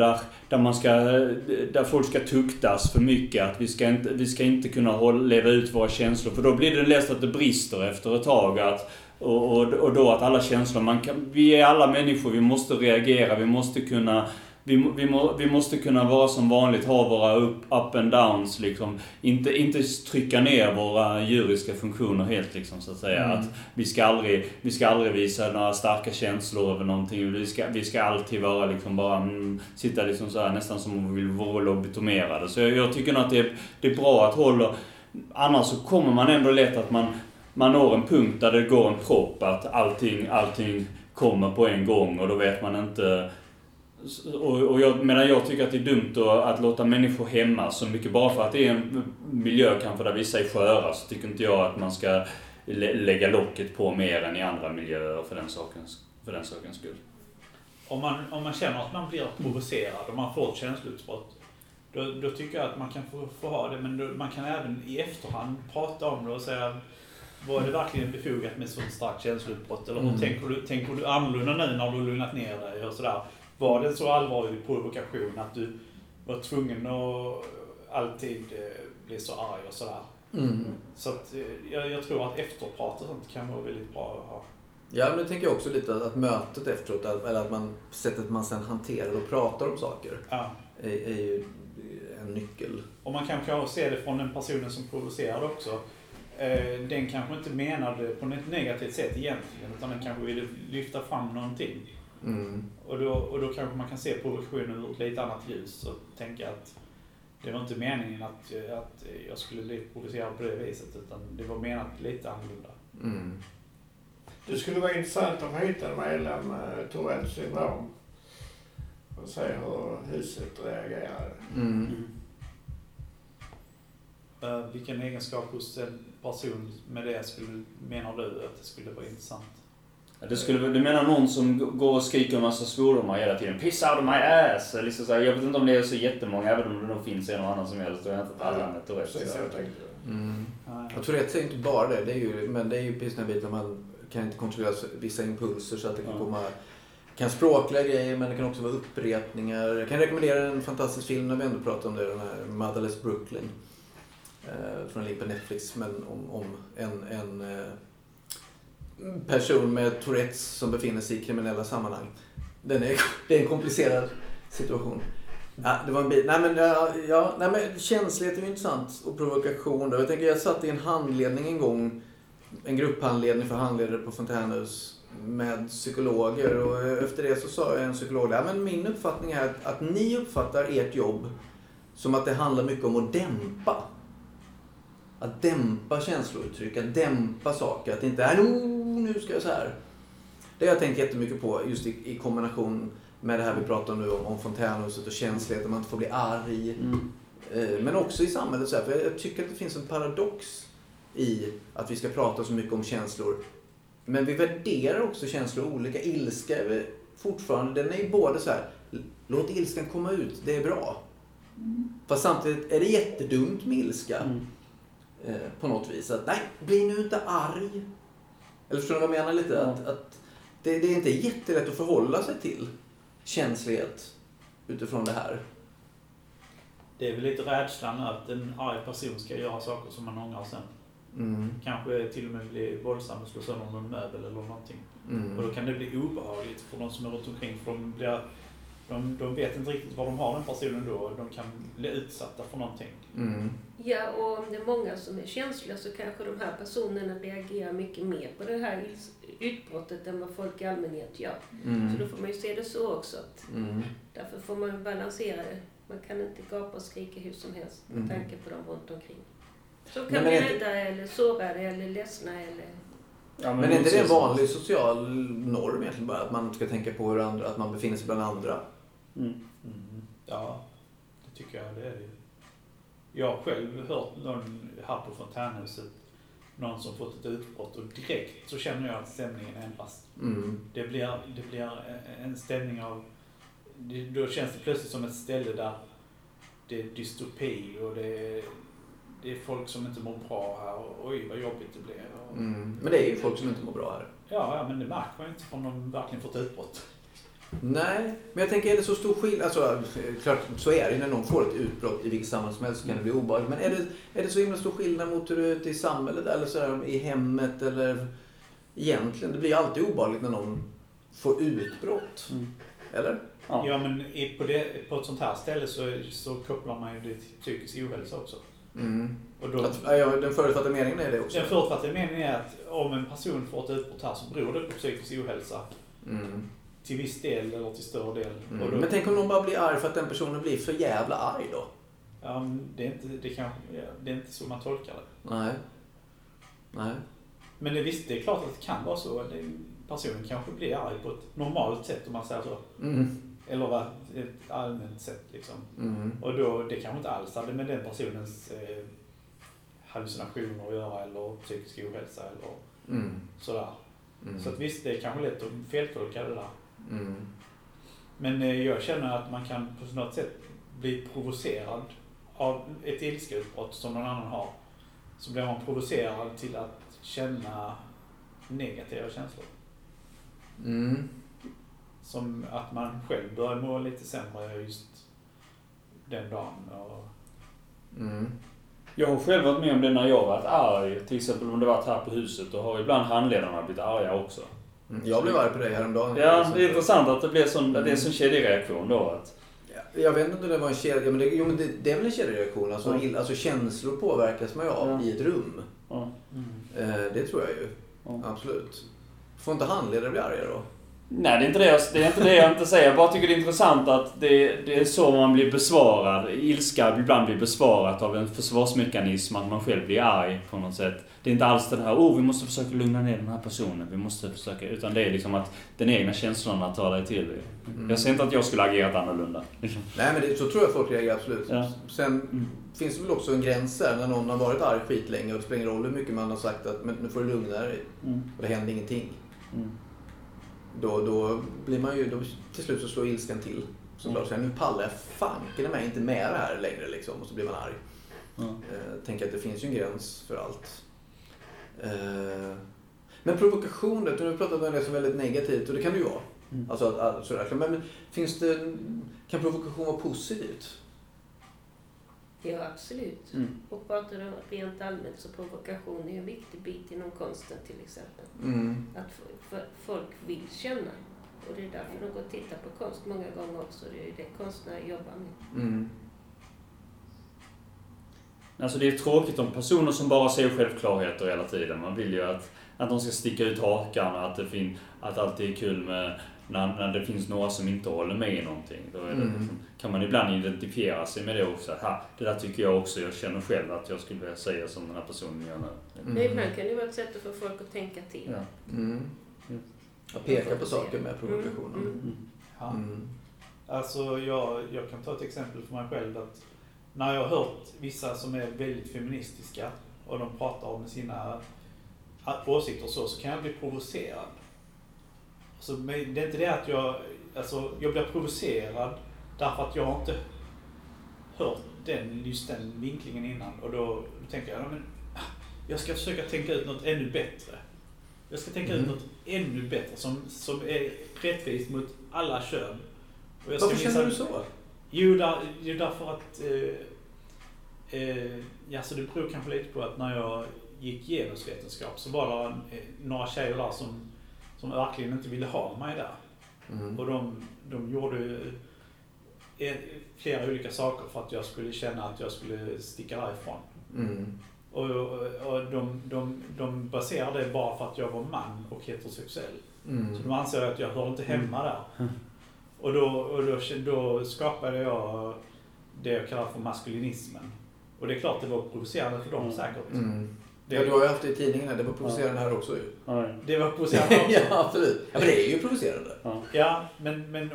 där folk ska tuktas för mycket. Att vi ska inte kunna leva ut våra känslor. För då blir det lätt att det brister efter ett tag. Och då att alla känslor... vi är alla människor, vi måste reagera, vi måste kunna... Vi måste kunna vara som vanligt, ha våra up and downs liksom. Inte trycka ner våra djuriska funktioner helt liksom, så att säga. Att vi ska aldrig visa några starka känslor över någonting. Vi ska alltid vara liksom bara sitta liksom så här, nästan som om vi vill vara lobotomerade. Så jag tycker nog att det är bra att hålla. Annars så kommer man ändå lätt att man når en punkt där det går en propp, att allting kommer på en gång och då vet man inte. Och jag tycker att det är dumt att låta människor hemma så mycket bara för att det är en miljö kanske där vissa är sköra, så tycker inte jag att man ska lägga locket på mer än i andra miljöer för den sakens skull. Om man känner att man blir provocerad och man får ett känsloutbrott, då tycker jag att man kan få ha det, men man kan även i efterhand prata om det och säga, var det verkligen befogat med så starkt känsloutbrott? Eller hur tänker du annorlunda nu när du har lugnat ner dig och sådär? Var det en så allvarlig provokation att du var tvungen att alltid bli så arg och sådär? Så att jag tror att efterprat och sånt kan vara väldigt bra att ha. Ja, men det tänker jag också lite att mötet efteråt, eller att sättet man sen hanterar och pratar om saker, är ju en nyckel. Och man kan kanske se det från den personen som provocerade också. Den kanske inte menade på något negativt sätt egentligen, utan den kanske ville lyfta fram någonting. Och då kanske man kan se provokationen ur ett lite annat ljus och tänka att det var inte meningen att jag skulle bli provocerad på det viset, utan det var menat lite annorlunda. Det skulle vara intressant att hitta en medlem med Tourettes syndrom och se hur huset reagerar. Vilken egenskap hos en person med det menar du att det skulle vara intressant? Du menar någon som går och skriker en massa svordomar hela tiden. Piss out of my ass! Liksom så här, jag vet inte om det är så jättemånga, även om det nog finns en och annan som helst. Jag har inte alla med Tourettes. Jag tror det är inte bara det. Men det är ju precis den biten man kan inte kontrollera vissa impulser, så att det kan komma... kan språkliga grejer, men det kan också vara upprepningar. Jag kan rekommendera en fantastisk film när vi ändå pratar om det. Den här Motherless Brooklyn. Från en link på Netflix, men om en person med Tourettes som befinner sig i kriminella sammanhang. Det är en komplicerad situation. Ja, det var en bit. Nej men känslighet är ju intressant, och provokation. Jag tänker, jag satt i en handledning en gång, en grupphandledning för handledare på Fontänhus med psykologer, och efter det så sa jag en psykolog, men min uppfattning är att ni uppfattar ert jobb som att det handlar mycket om att dämpa. Att dämpa känslouttryck, att dämpa saker, att det inte är nu ska jag så här. Det har jag tänkt jättemycket på just i kombination med det här vi pratar om nu om Fontänhuset och känslighet, att man inte får bli arg. Men också i samhället så här, för jag tycker att det finns en paradox i att vi ska prata så mycket om känslor. Men vi värderar också känslor olika. Ilska är fortfarande, den är ju både så här, låt ilskan komma ut, det är bra. Fast samtidigt är det jättedumt med ilska. På något vis. Att nej, bli nu inte arg. Eller förstår du vad jag menar lite? Att det är inte jättelätt att förhålla sig till känslighet utifrån det här. Det är väl lite rädslan att en arg person ska göra saker som man ångrar sen. Kanske till och med bli våldsam och slå sönder någon möbel eller någonting. Och då kan det bli obehagligt för de som är runt omkring, för de blir de vet inte riktigt var de har den personen då och de kan bli utsatta för någonting. Ja, och om det är många som är känsliga så kanske de här personerna reagerar mycket mer på det här utbrottet än vad folk i allmänhet gör. Så då får man ju se det så också. Därför får man balansera det. Man kan inte gapa och skrika hur som helst med tanke på dem runt omkring. Så kan bli rädda eller sårade eller ledsna eller... Ja, men är inte det en vanlig social norm egentligen bara? Att man ska tänka på hur andra, att man befinner sig bland andra? Ja, det tycker jag det är det. Jag har själv hört någon här på Fontänhuset, någon som fått ett utbrott och direkt så känner jag att stämningen ändras. Det blir en stämning av, då känns det plötsligt som ett ställe där det är dystopi och det är folk som inte mår bra här och oj vad jobbigt det blir. Men det är ju folk som inte mår bra här. Ja, men det märker man inte om de verkligen fått utbrott. Nej, men jag tänker är det så stor skillnad, alltså klart så är det när någon får ett utbrott i vilket sammanhang som helst så kan det bli obehagligt. Men är det så himla stor skillnad mot hur det är ute i samhället eller så här, i hemmet eller egentligen? Det blir alltid obehagligt när någon får utbrott. Eller? Ja, men på ett sånt här ställe så kopplar man ju det till psykisk ohälsa också. Och då, den förutfattade meningen är det också? Den förutfattade meningen är att om en person får ett utbrott här så beror det på psykisk ohälsa. Till viss del eller till större del. Och då, men tänk om någon bara blir arg för att den personen blir för jävla arg då? Ja, det är inte så man tolkar det. Nej. Men det är klart att det kan vara så. Personen kanske blir arg på ett normalt sätt om man säger så. Eller ett allmänt sätt liksom. Och då, det kanske inte alls hade med den personens hallucinationer att göra eller psykisk ohälsa eller sådär. Så att visst, det är kanske lätt att feltolka det där. Men jag känner att man kan på något sätt bli provocerad av ett ilskeutbrott som någon annan har. Så blir man provocerad till att känna negativa känslor. Som att man själv börjar må lite sämre just den dagen. Jag har själv varit med om det när jag varit arg. Till exempel om det varit här på huset. Och har ibland handledarna blivit arga också. Jag blev arg på dig häromdagen. Ja, det är intressant att det blir det är sån kedjereaktion då. Att... Jag vet inte om det var en kedja, men det är väl en kedjereaktion. Alltså känslor påverkas man ju av i ett rum. Det tror jag ju. Absolut. Får inte handledare bli arga då? Nej, det är inte det jag inte säger. Jag bara tycker det är intressant att det är så man blir besvarad. Ilska ibland blir besvarat av en försvarsmekanism, att man själv blir arg på något sätt. Det är inte alls den här, vi måste försöka lugna ner den här personen. Vi måste försöka, utan det är liksom att den egna känslorna tar dig till det. Jag säger inte att jag skulle agerat annorlunda. Nej, men så tror jag folk reagerar absolut. Ja. Sen finns det väl också en gräns där när någon har varit arg skitlänge och det spelar ingen roll hur mycket man har sagt att men nu får du lugna dig. Och det händer ingenting. Då blir man ju, till slut så slår ilskan till. Så klart säger nu pallar jag fanken mig inte med det här längre liksom. Och så blir man arg. Tänker att det finns ju en gräns för allt. Men provokationer, du har pratat om det som väldigt negativt och det kan det ju vara. Alltså sådär. Men kan provokation vara positivt? Ja, absolut. Och pratar du rent allmänt så provokation är en viktig bit inom konsten till exempel. Att folk vill känna. Och det är därför de går och tittar på konst många gånger också. Det är ju det konstnärer jobbar med. Alltså det är tråkigt om personer som bara ser självklarheter hela tiden. Man vill ju att de ska sticka ut hakan och att allt är kul med när det finns några som inte håller med i någonting. Då är det liksom, kan man ibland identifiera sig med det också. Det där tycker jag också, jag känner själv att jag skulle vilja säga som den här personen gör nu. Ibland kan det vara ett sätt att få folk att tänka till. Att peka på saker med provokationen. Alltså jag kan ta ett exempel för mig själv att när jag har hört vissa som är väldigt feministiska och de pratar om sina åsikter så kan jag bli provocerad. Så det är inte det att jag blir provocerad därför att jag har inte hört just den vinklingen innan. Och då tänker jag, jag ska försöka tänka ut något ännu bättre. Jag ska tänka ut något ännu bättre som är rättvist mot alla kön. Och jag ska varför känner du så? Jo, därför att så det beror kanske lite på att när jag gick genusvetenskap så var det några tjejer där som verkligen inte ville ha mig där. Och de gjorde flera olika saker för att jag skulle känna att jag skulle sticka därifrån. Och de baserar det bara för att jag var man och heterosexuell. Så de anser att jag hör inte hemma där. Och då skapade jag det jag kallar för maskulinismen. Och det är klart det var provocerande för dem säkert. Ja, du har ju haft det i tidningen, det var provocerande här också ju. Det var provocerande också. Ja, absolut. Ja, men det är ju provocerande. Ja, men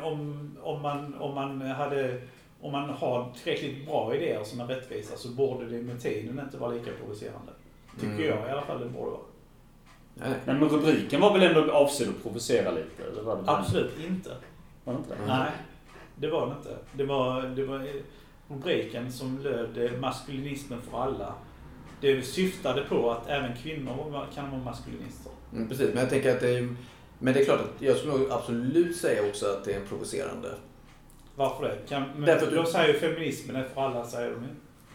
om man har tillräckligt bra idéer som är rättvisa så borde det med tiden inte vara lika provocerande. Tycker jag i alla fall det borde vara. Nej. Men rubriken var väl ändå avsedd att provocera lite? Eller var det absolut inte. Var det inte? Nej, det var det inte. Det var rubriken som löd maskulinismen för alla. Det syftade på att även kvinnor kan vara maskulinister. Precis, men jag tänker att men det är klart att jag skulle nog absolut säga också att det är provocerande. Varför det? Då säger ju feminismen är för alla, säger de ju.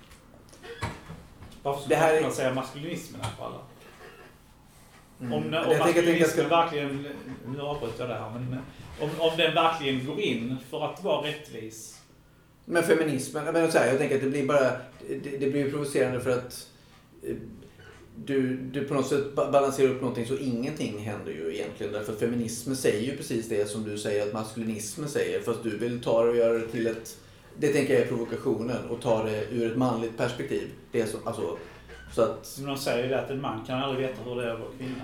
Varför skulle man säga maskulinismen är för alla? Om maskulinismen verkligen, nu avbryter jag det här, men om den verkligen går in för att vara rättvis. Men feminismen, jag tänker att det blir provocerande för att du på något sätt balanserar upp någonting så ingenting händer ju egentligen. Därför att feminismen säger ju precis det som du säger att maskulinismen säger. Fast du vill ta det och göra det till det tänker jag är provokationen, och ta det ur ett manligt perspektiv. Det är så, alltså, så att... Men de säger ju att en man kan aldrig veta hur det är att vara kvinna.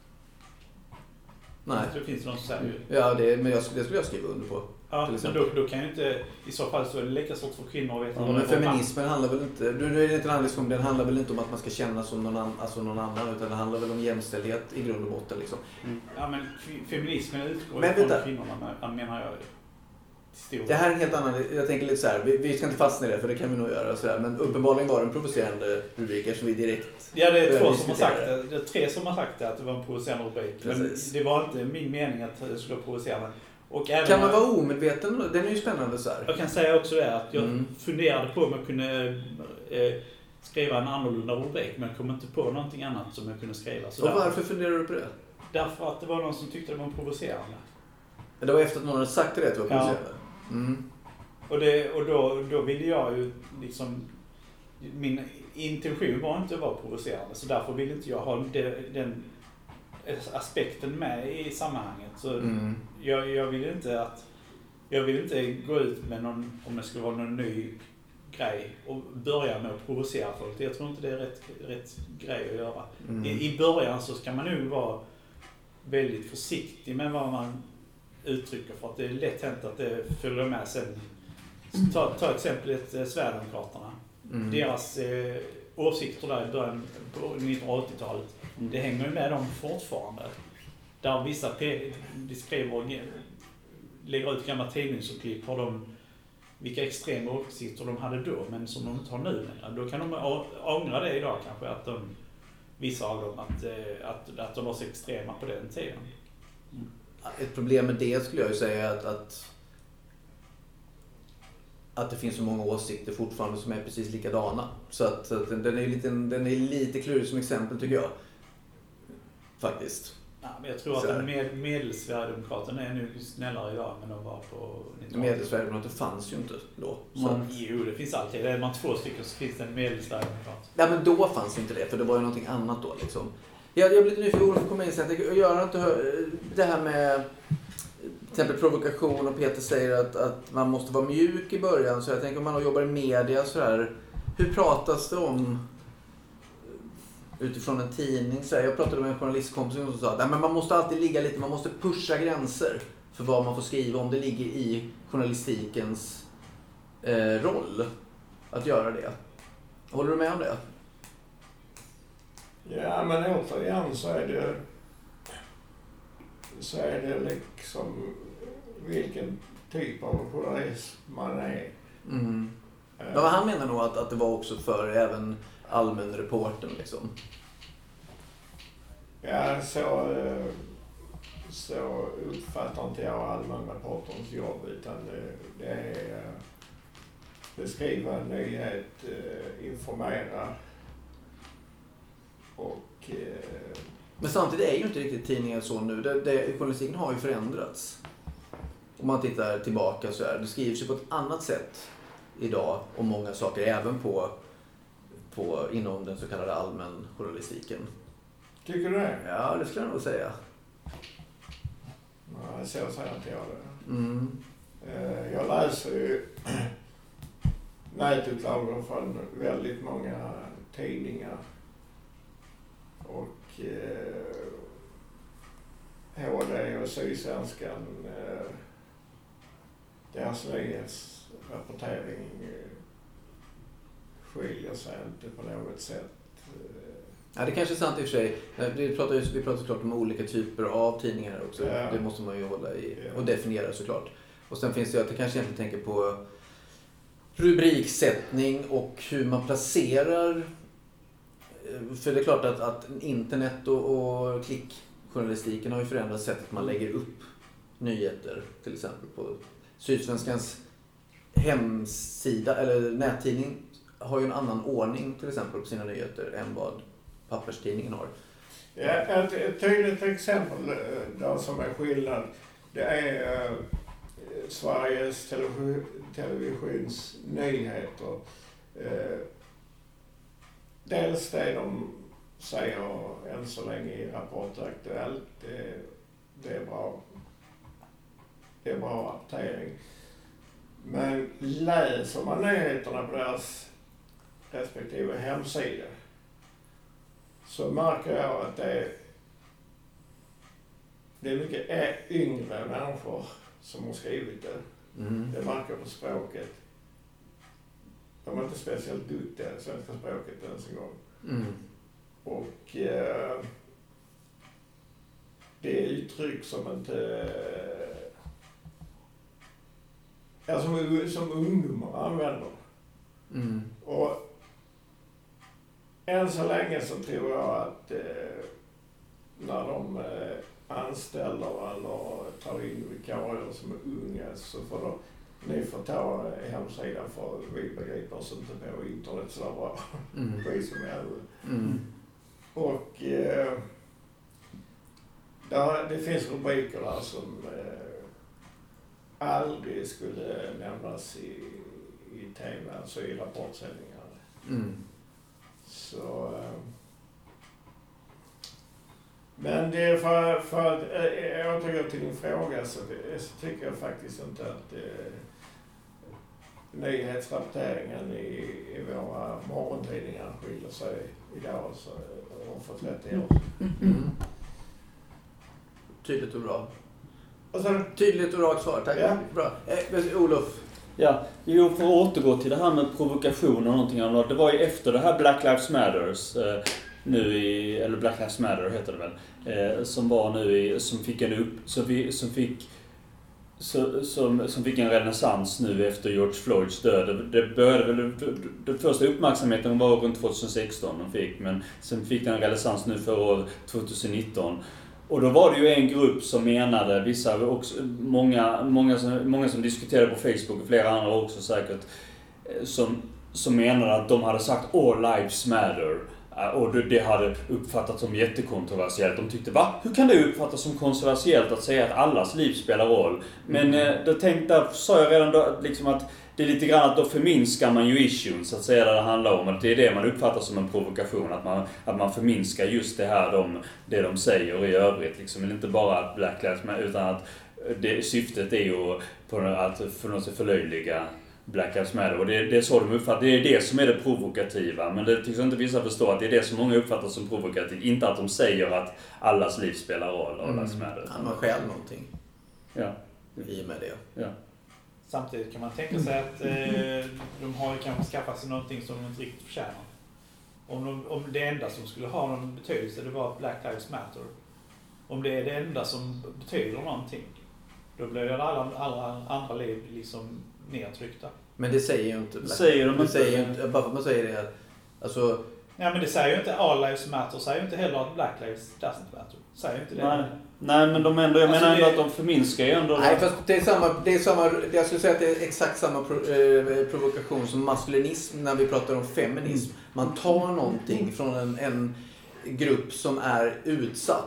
Nej. Det finns någon som säger ju. Ja, men det skulle jag skriva under på. Ja, men då kan ju inte, i så fall så är det lika svårt för kvinnor att veta. Men feminismen handlar väl inte, den handlar väl inte om att man ska känna som någon annan, utan det handlar väl om jämställdhet i grund och botten liksom. Ja, men feminismen utgår från kvinnorna, menar jag. Det här är en helt annan, jag tänker lite så här, vi ska inte fastna i det för det kan vi nog göra så här, men uppenbarligen var det en provocerande rubrik som vi direkt... Ja, det är två som har sagt det. Det är tre som har sagt det, att det var en provocerande rubrik. Men det var inte min mening att det skulle vara provocerande. Och även kan man vara omedveten? Den är ju spännande så här. Jag kan säga också det att jag funderade på om jag kunde skriva en annorlunda rubrik, men jag kom inte på någonting annat som jag kunde skriva. Så och varför funderade du på det? Därför att det var någon som tyckte det var provocerande. Det var efter att någon hade sagt det att det var provocerande? Ja. Och då ville jag ju liksom... Min intention var inte att vara provocerande, så därför ville inte jag ha den aspekten med i sammanhanget. Så jag vill inte gå ut med någon, om det skulle vara någon ny grej och börja med att provocera folk. Jag tror inte det är rätt grej att göra. I början så ska man nog vara väldigt försiktig med vad man uttrycker, för att det är lätt hänt att det följer med sen. Ta exemplet Sverigedemokraterna. Deras åsikter där i början på 1980-talet. Det hänger ju med dem fortfarande. Där vissa skriver, lägger ut gamla tidningsuppklipp på dem, vilka extrema åsikter de hade då, men som de inte har nu längre. Då kan de ångra det idag kanske, att vissa av dem att de var så extrema på den tiden. Ett problem med det skulle jag ju säga att det finns så många åsikter fortfarande som är precis likadana. Så att den är lite klurig som exempel tycker jag. Faktiskt. Ja, men jag tror att medelsverigademokraterna är nu snällare idag än de var på 1980. Medelsverigademokrater fanns ju inte då. Jo, det finns alltid. Är man 2 stycken så finns det en medelsverigademokrat. Ja, men då fanns inte det, för det var ju någonting annat då liksom. Jag blir lite nyfiken för att komma in sen. Jag gör inte det här med till exempel provokation, och Peter säger att man måste vara mjuk i början. Så jag tänker om man jobbar i media så här, hur pratas det om utifrån en tidning? Så här, jag pratade med en journalistkompis som sa att man måste alltid ligga lite, man måste pusha gränser för vad man får skriva om det ligger i journalistikens roll att göra det. Håller du med om det? Ja, men återigen så är det liksom vilken typ av journalist man är. Ja, han menar nog att det var också för även allmän reporten liksom. Ja, så uppfattar inte jag allmän reporterns jobb, utan det är beskriva en nyhet, informera och... Men samtidigt är ju inte riktigt tidningen så nu. Journalistiken har ju förändrats. om man tittar tillbaka så är det skrivs ju på ett annat sätt idag om många saker, även på inom den så kallade allmän journalistiken. Tycker du det? Ja, det skulle jag nog säga. Nej, så säger inte jag det. Mm. Jag läser ju nätutlager från väldigt många tidningar. Och HD och Sydsvenskan, deras nyhetsrapportering skiljer sig inte på något sätt. Ja, det kanske är sant i och för sig. Vi pratar såklart om olika typer av tidningar också. Ja. Det måste man ju hålla i och definiera såklart. Och sen finns det ju att jag kanske egentligen tänker på rubriksättning och hur man placerar. För det är klart att internet och klickjournalistiken har ju förändrat sättet man lägger upp nyheter. Till exempel på Sydsvenskans hemsida eller nättidning har ju en annan ordning till exempel på sina nyheter än vad papperstidningen har. Ja, ett tydligt exempel där som är skillnad, det är Sveriges Televisions nyheter. Dels det de säger än så länge i Rapport Aktuellt, det är bra. Det är bra rapportering. Men läser man nyheterna på deras respektive hemsida så märker jag att det är mycket yngre människor som har skrivit det. Mm. Det märker på språket. De är inte speciellt duktiga i svenska språket ens en gång. Mm. Och det är uttryck som inte... som ungdomar använder. Mm. Och än så länge så tror jag att när de anställer eller tar in vikarier som är unga så får ni får ta hemsidan för vi begriper oss inte på internet så bra. Vi som är äldre. Mm. Och det finns rubriker där som aldrig skulle nämnas i tv, alltså i rapportsändningar. Mm. Så, men det är för att jag tycker till din fråga så tycker jag faktiskt inte att nyhetsrapporteringen i våra morgontidningar skiljer sig idag så för 30 år. Mm. Tydligt och bra. Och sen, Tydligt och rakt svar, tack. Ja. Bra. Olof. Ja, för att återgå till det här med provokation och någonting annat. Det var ju efter det här Black Lives Matters eller Black Lives Matter heter det väl, som var nu som fick en renässans nu efter George Floyds död. Det började väl, den första uppmärksamheten var runt 2016 de fick, men sen fick den en renässans nu för år 2019. Och då var det ju en grupp som menade, vissa också, många som diskuterade på Facebook och flera andra också säkert, som menade att de hade sagt all lives matter. Och det hade uppfattats som jättekontroversiellt. De tyckte, va? Hur kan det uppfattas som kontroversiellt att säga att allas liv spelar roll? Men där sa jag redan då liksom att det är lite grann att då förminskar man ju issuen så att säga där det handlar om. Att det är det man uppfattar som en provokation. Att man förminskar just det de säger i övrigt. Liksom. Men inte bara att Black Lives Matter utan att syftet är ju att förlöjliga Black Lives Matter. Och det är så de uppfattar. Det är det som är det provokativa. Men det tycks inte vissa förstå att det är det som många uppfattar som provokativt. Inte att de säger att allas liv spelar roll. All lives matter. Ja, man skäl någonting. Ja. I och med det. Ja. Samtidigt kan man tänka sig att de har kanske skaffat sig någonting som de inte riktigt förtjänar. Om det enda som skulle ha någon betydelse det var Black Lives Matter. Om det är det enda som betyder någonting. Då blir det alla andra liv liksom nedtryckta. Men det säger ju inte Black Säger de inte. Säger inte, bara för att man säger det. Alltså, ja, men det säger ju inte all lives matter. Säger ju inte heller att Black Lives doesn't matter. Säger ju inte det. Nej, men jag menar ändå att de förminskar ju ändå. Nej, fast det är samma, jag skulle säga att det är exakt samma provokation som maskulinism när vi pratar om feminism. Man tar någonting från en grupp som är utsatt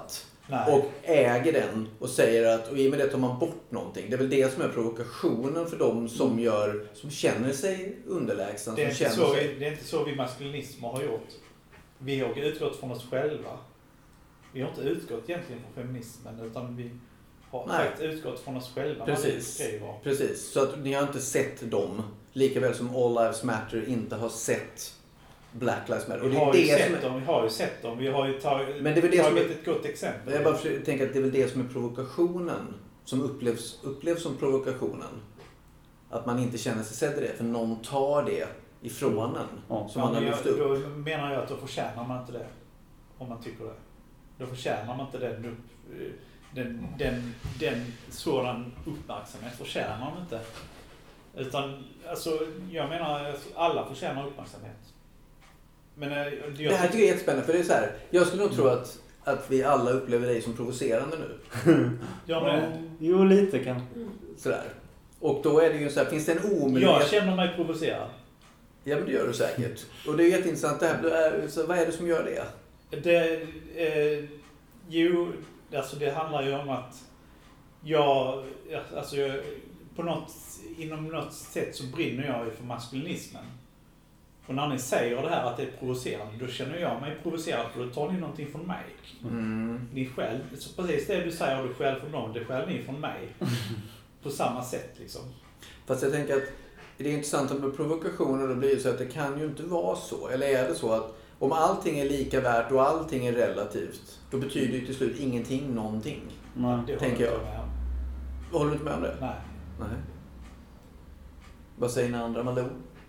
Nej. Och äger den och säger att och i och med det tar man bort någonting. Det är väl det som är provokationen för dem som känner sig underlägsna. Det är inte så vi maskulinismer har gjort. Vi har utgått från oss själva. Vi har inte utgått egentligen från feminismen utan vi har faktiskt utgått från oss själva. Precis. Så att ni har inte sett dem. Likaväl som All Lives Matter inte har sett Black Lives Matter. Och vi har ju sett dem. Vi har ju tagit ett gott exempel. Jag bara tänker att det är väl det som är provokationen. Som upplevs som provokationen. Att man inte känner sig sedd i det. För någon tar det ifrån en. Som man har lyft upp. Då menar jag att då förtjänar man inte det. Om man tycker det. Då förtjänar man inte den sådan uppmärksamhet förtjänar man inte. Utan, alltså, jag menar att alla förtjänar uppmärksamhet. Men, det här tycker jag är jättespännande, för det är så här. Jag skulle nog tro att vi alla upplever dig som provocerande nu. Jo, lite kanske. Sådär. Och då är det ju så här, finns det en omöjlighet? Jag känner mig provocerad. Ja, men det gör du säkert. Och det är jätteintressant det här. Så vad är det som gör det? Det handlar ju om att inom något sätt så brinner jag ju för maskulinismen. Och när ni säger det här att det är provocerande, då känner jag mig provocerad för då tar ni någonting från mig. Ni själv, så precis det du säger du själv från dem, det själv ni från mig. På samma sätt liksom. Fast jag tänker att det är intressant med provokationer, då blir det så att det kan ju inte vara så. Eller är det så att om allting är lika värt och allting är relativt, då betyder det till slut ingenting, någonting. Nej, det tänker jag. Håller du inte med om det? Nej. Vad säger ni andra, Malou?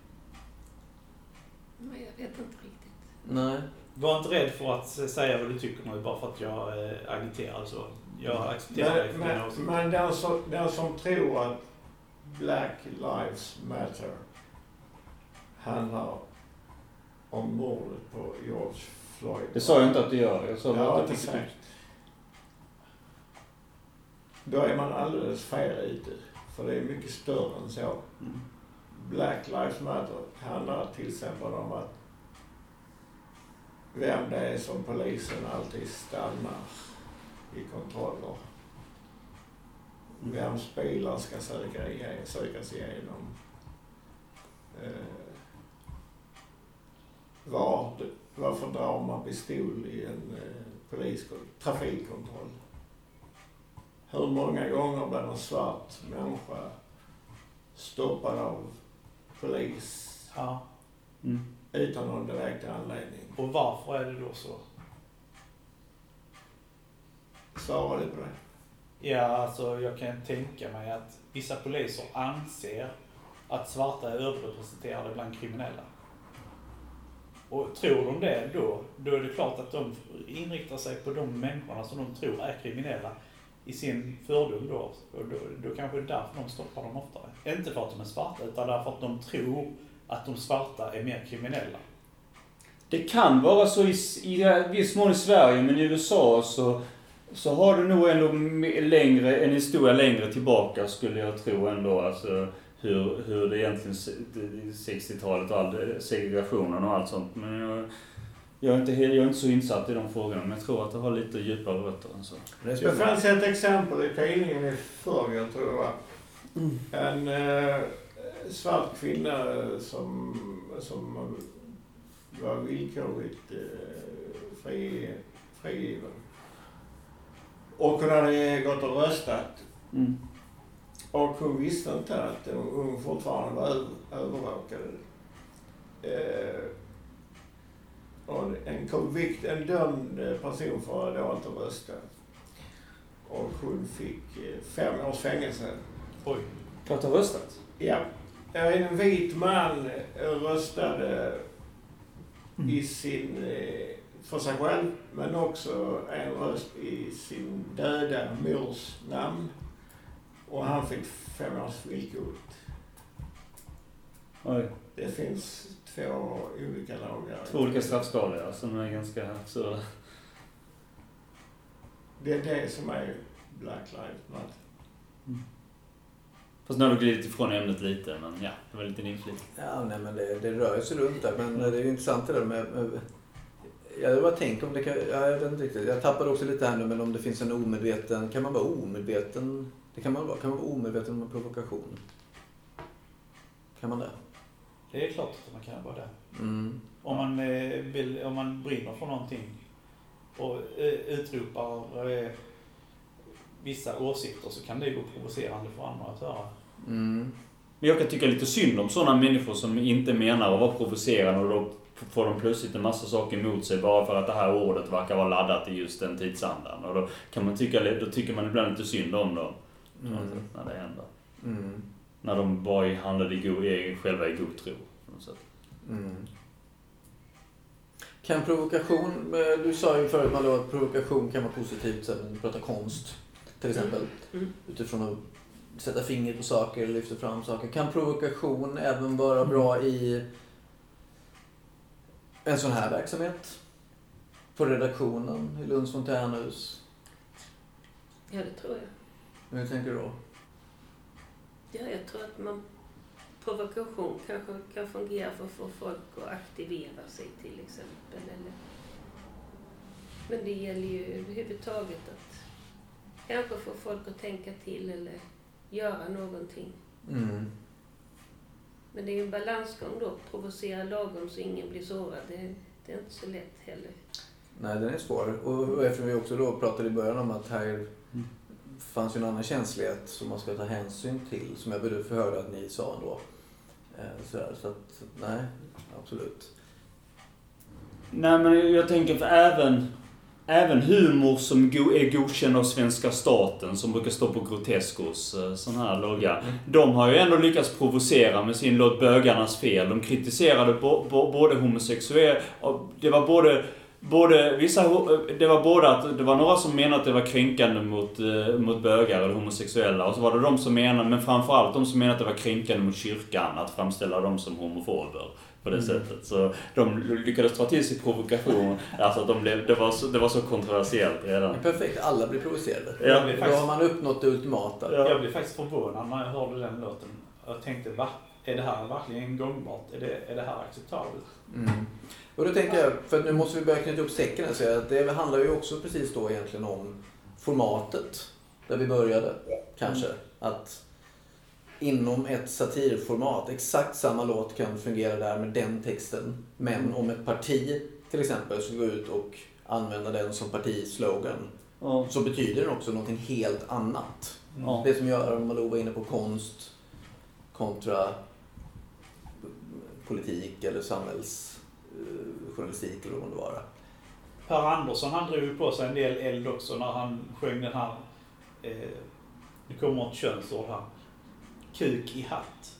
Nej, jag vet inte riktigt. Nej. Var inte rädd för att säga vad du tycker nu bara för att jag agiterar så. Jag accepterar det för dina åsikter. Men den som tror att Black Lives Matter handlar om mordet på George Floyd. Det sa jag inte att du gör. Jag sa att det sagt. Då är man alldeles fel ute. För det är mycket större än så. Black Lives Matter handlar till exempel om att vem det är som polisen alltid stannar i kontroller. Vems bilar ska sökas igenom. Varför drar man pistol i en trafikkontroll? Hur många gånger blir en svart människa stoppad av polis utan någon direkt anledning? Och varför är det då så? Svarar du på det? Ja, alltså jag kan tänka mig att vissa poliser anser att svarta är överrepresenterade bland kriminella. Och tror de det då är det klart att de inriktar sig på de människorna som de tror är kriminella i sin fördom då. Och då kanske det är därför de stoppar dem oftare. Inte för att de är svarta utan därför att de tror att de svarta är mer kriminella. Det kan vara så i viss mån i Sverige, men i USA så har du nog ändå en historia längre tillbaka skulle jag tro ändå. Alltså hur det egentligen 60-talet och all segregationen och allt sånt. Men jag är inte så insatt i de frågorna, men jag tror att det har lite djupare rötter än så. Det fanns ett exempel i tidningen i förrgår, tror jag. En svart kvinna som var villkorligt frigiven. Och hon hade gått och röstat. Och hon visste inte att hon fortfarande var övervakad. Och en dömd person för att då inte rösta. Och hon fick 5 års fängelse. Oj. För att ha röstat? Ja. En vit man röstade för sig själv, men också en röst i sin döda mors namn. Och han fick 5 års villkorligt. Oj. Det finns 2 olika lagar. 2 olika straffskalor som är ganska absurda. Det är det som är Black Lives Matter. Fast nu har du glidit ifrån ämnet lite, men ja, det var lite inflyt. Ja, nej, men det rör sig runt där. Men det är ju intressant det där med Jag bara tänker om det kan, jag vet inte riktigt. Jag tappade också lite här nu, men om det finns en omedveten, kan man vara omedveten? Det kan man vara omedveten om en provokation? Kan man det? Det är klart att man kan vara det. Om man brinner för någonting och utropar vissa åsikter, så kan det ju vara provocerande för andra att höra. Men jag kan tycka lite synd om sådana människor som inte menar att vara provocerande, och då får de plötsligt en massa saker emot sig bara för att det här ordet verkar vara laddat i just den tidsandan. Och då kan man tycker man ibland lite synd om dem när det händer. När de bara handlade själva i god tro. På något sätt. Kan provokation, du sa ju förut Malou att provokation kan vara positivt när man pratar konst till exempel. Utifrån att sätta fingret på saker eller lyfta fram saker. Kan provokation även vara bra i en sån här verksamhet? På redaktionen i Lunds fontänhus? Ja, det tror jag. Hur tänker du då? Ja, jag tror att provokation kanske kan fungera för att få folk att aktivera sig till exempel. Men det gäller ju överhuvudtaget att kanske få folk att tänka till eller göra någonting. Men det är ju en balansgång då. Provocera lagom så ingen blir sårad. Det är inte så lätt heller. Nej, den är svår. Och eftersom vi också då pratade i början om att här fanns ju en annan känslighet som man ska ta hänsyn till. Som jag borde förhöra att ni sa då. Så att, nej, absolut. Nej, men jag tänker för även humor som är godkänd av svenska staten, som brukar stå på Groteskos sån här logga. De har ju ändå lyckats provocera med sin låt Bögarnas fel. De kritiserade både homosexuella, det var det var några som menade att det var kränkande mot bögar eller homosexuella, och så var det de som menade, men framförallt de som menade att det var kränkande mot kyrkan att framställa dem som homofober på det sättet. Så de lyckades ta till sig provokation, alltså att det var så kontroversiellt redan. Perfekt, alla blir provocerade. Ja. Då har man uppnått det ultimata. Ja. Jag blev faktiskt förvånad när jag hörde den låten. Jag tänkte, är det här verkligen gångbart? Är det här acceptabelt? Och då tänker jag, för nu måste vi börja knyta upp säcken och säga att det handlar ju också precis då egentligen om formatet där vi började, kanske. Att inom ett satirformat, exakt samma låt kan fungera där med den texten. Men om ett parti till exempel ska gå ut och använda den som partislogan, så betyder den också någonting helt annat. Det som gör, om Malou var inne på konst kontra politik eller samhällsjournalistik eller vad det var. Per Andersson, han drog på sig en del eld också när han sjöng den här, det kommer ett könsord här, kuk i hatt.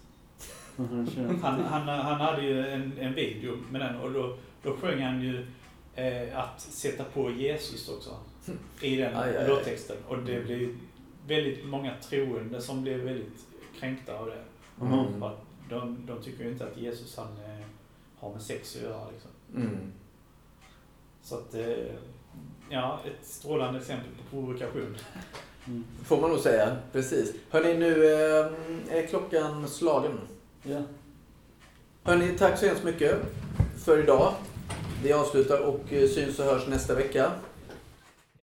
Han hade ju en video med den, och då sjöng han ju att sätta på Jesus också i den låttexten. Och det blev väldigt många troende som blev väldigt kränkta av det. För att de tycker ju inte att Jesus han har med sex att göra liksom. Så att ja, ett strålande exempel på provokation. Får man nog säga, precis. Hörrni, nu är klockan slagen. Ja. Hörrni, tack så hemskt mycket för idag. Vi avslutar och syns och hörs nästa vecka.